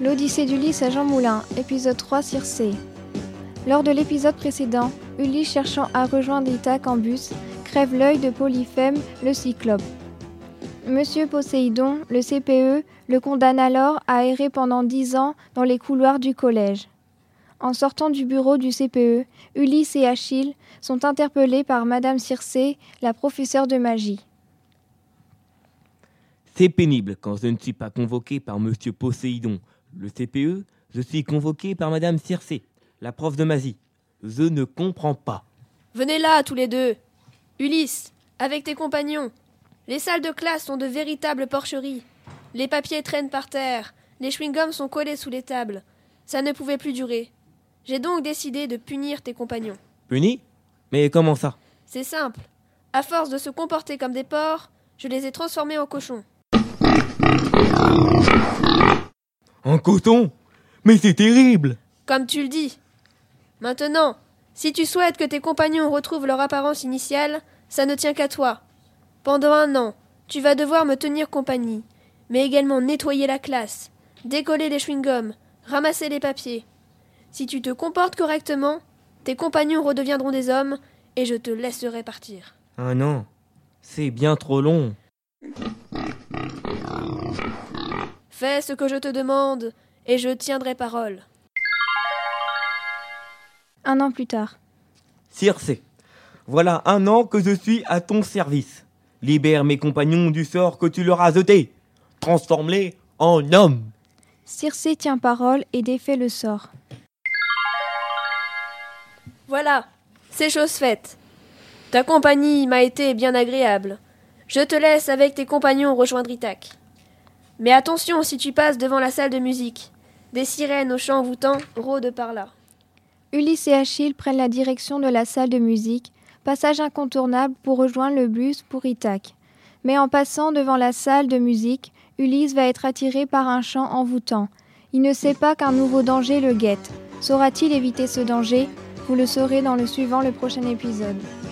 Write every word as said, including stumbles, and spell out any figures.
L'Odyssée d'Ulysse à Jean Moulin, épisode trois, Circé. Lors de l'épisode précédent, Ulysse, cherchant à rejoindre Ithaque en bus, crève l'œil de Polyphème, le cyclope. Monsieur Poséidon, le C P E, le condamne alors à errer pendant dix ans dans les couloirs du collège. En sortant du bureau du C P E, Ulysse et Achille sont interpellés par Madame Circé, la professeure de magie. C'est pénible quand je ne suis pas convoqué par Monsieur Poséidon, le C P E, je suis convoqué par Madame Circé, la prof de magie. Je ne comprends pas. Venez là, tous les deux. Ulysse, avec tes compagnons. Les salles de classe sont de véritables porcheries. Les papiers traînent par terre, les chewing-gums sont collés sous les tables. Ça ne pouvait plus durer. J'ai donc décidé de punir tes compagnons. Puni ? Mais comment ça ? C'est simple. À force de se comporter comme des porcs, je les ai transformés en cochons. En coton ? Mais c'est terrible ! Comme tu le dis. Maintenant, si tu souhaites que tes compagnons retrouvent leur apparence initiale, ça ne tient qu'à toi. Pendant un an, tu vas devoir me tenir compagnie, mais également nettoyer la classe, décoller les chewing-gums, ramasser les papiers. Si tu te comportes correctement, tes compagnons redeviendront des hommes et je te laisserai partir. Un an ? C'est bien trop long. Fais ce que je te demande et je tiendrai parole. Un an plus tard. Circé, voilà un an que je suis à ton service. Libère mes compagnons du sort que tu leur as jeté. Transforme-les en hommes. Circé tient parole et défait le sort. Voilà, c'est chose faite. Ta compagnie m'a été bien agréable. Je te laisse avec tes compagnons rejoindre Ithaque. Mais attention si tu passes devant la salle de musique. Des sirènes au chant envoûtant rôdent par là. Ulysse et Achille prennent la direction de la salle de musique, passage incontournable pour rejoindre le bus pour Ithaque. Mais en passant devant la salle de musique, Ulysse va être attiré par un chant envoûtant. Il ne sait pas qu'un nouveau danger le guette. Saura-t-il éviter ce danger ? Vous le saurez dans le suivant, le prochain épisode.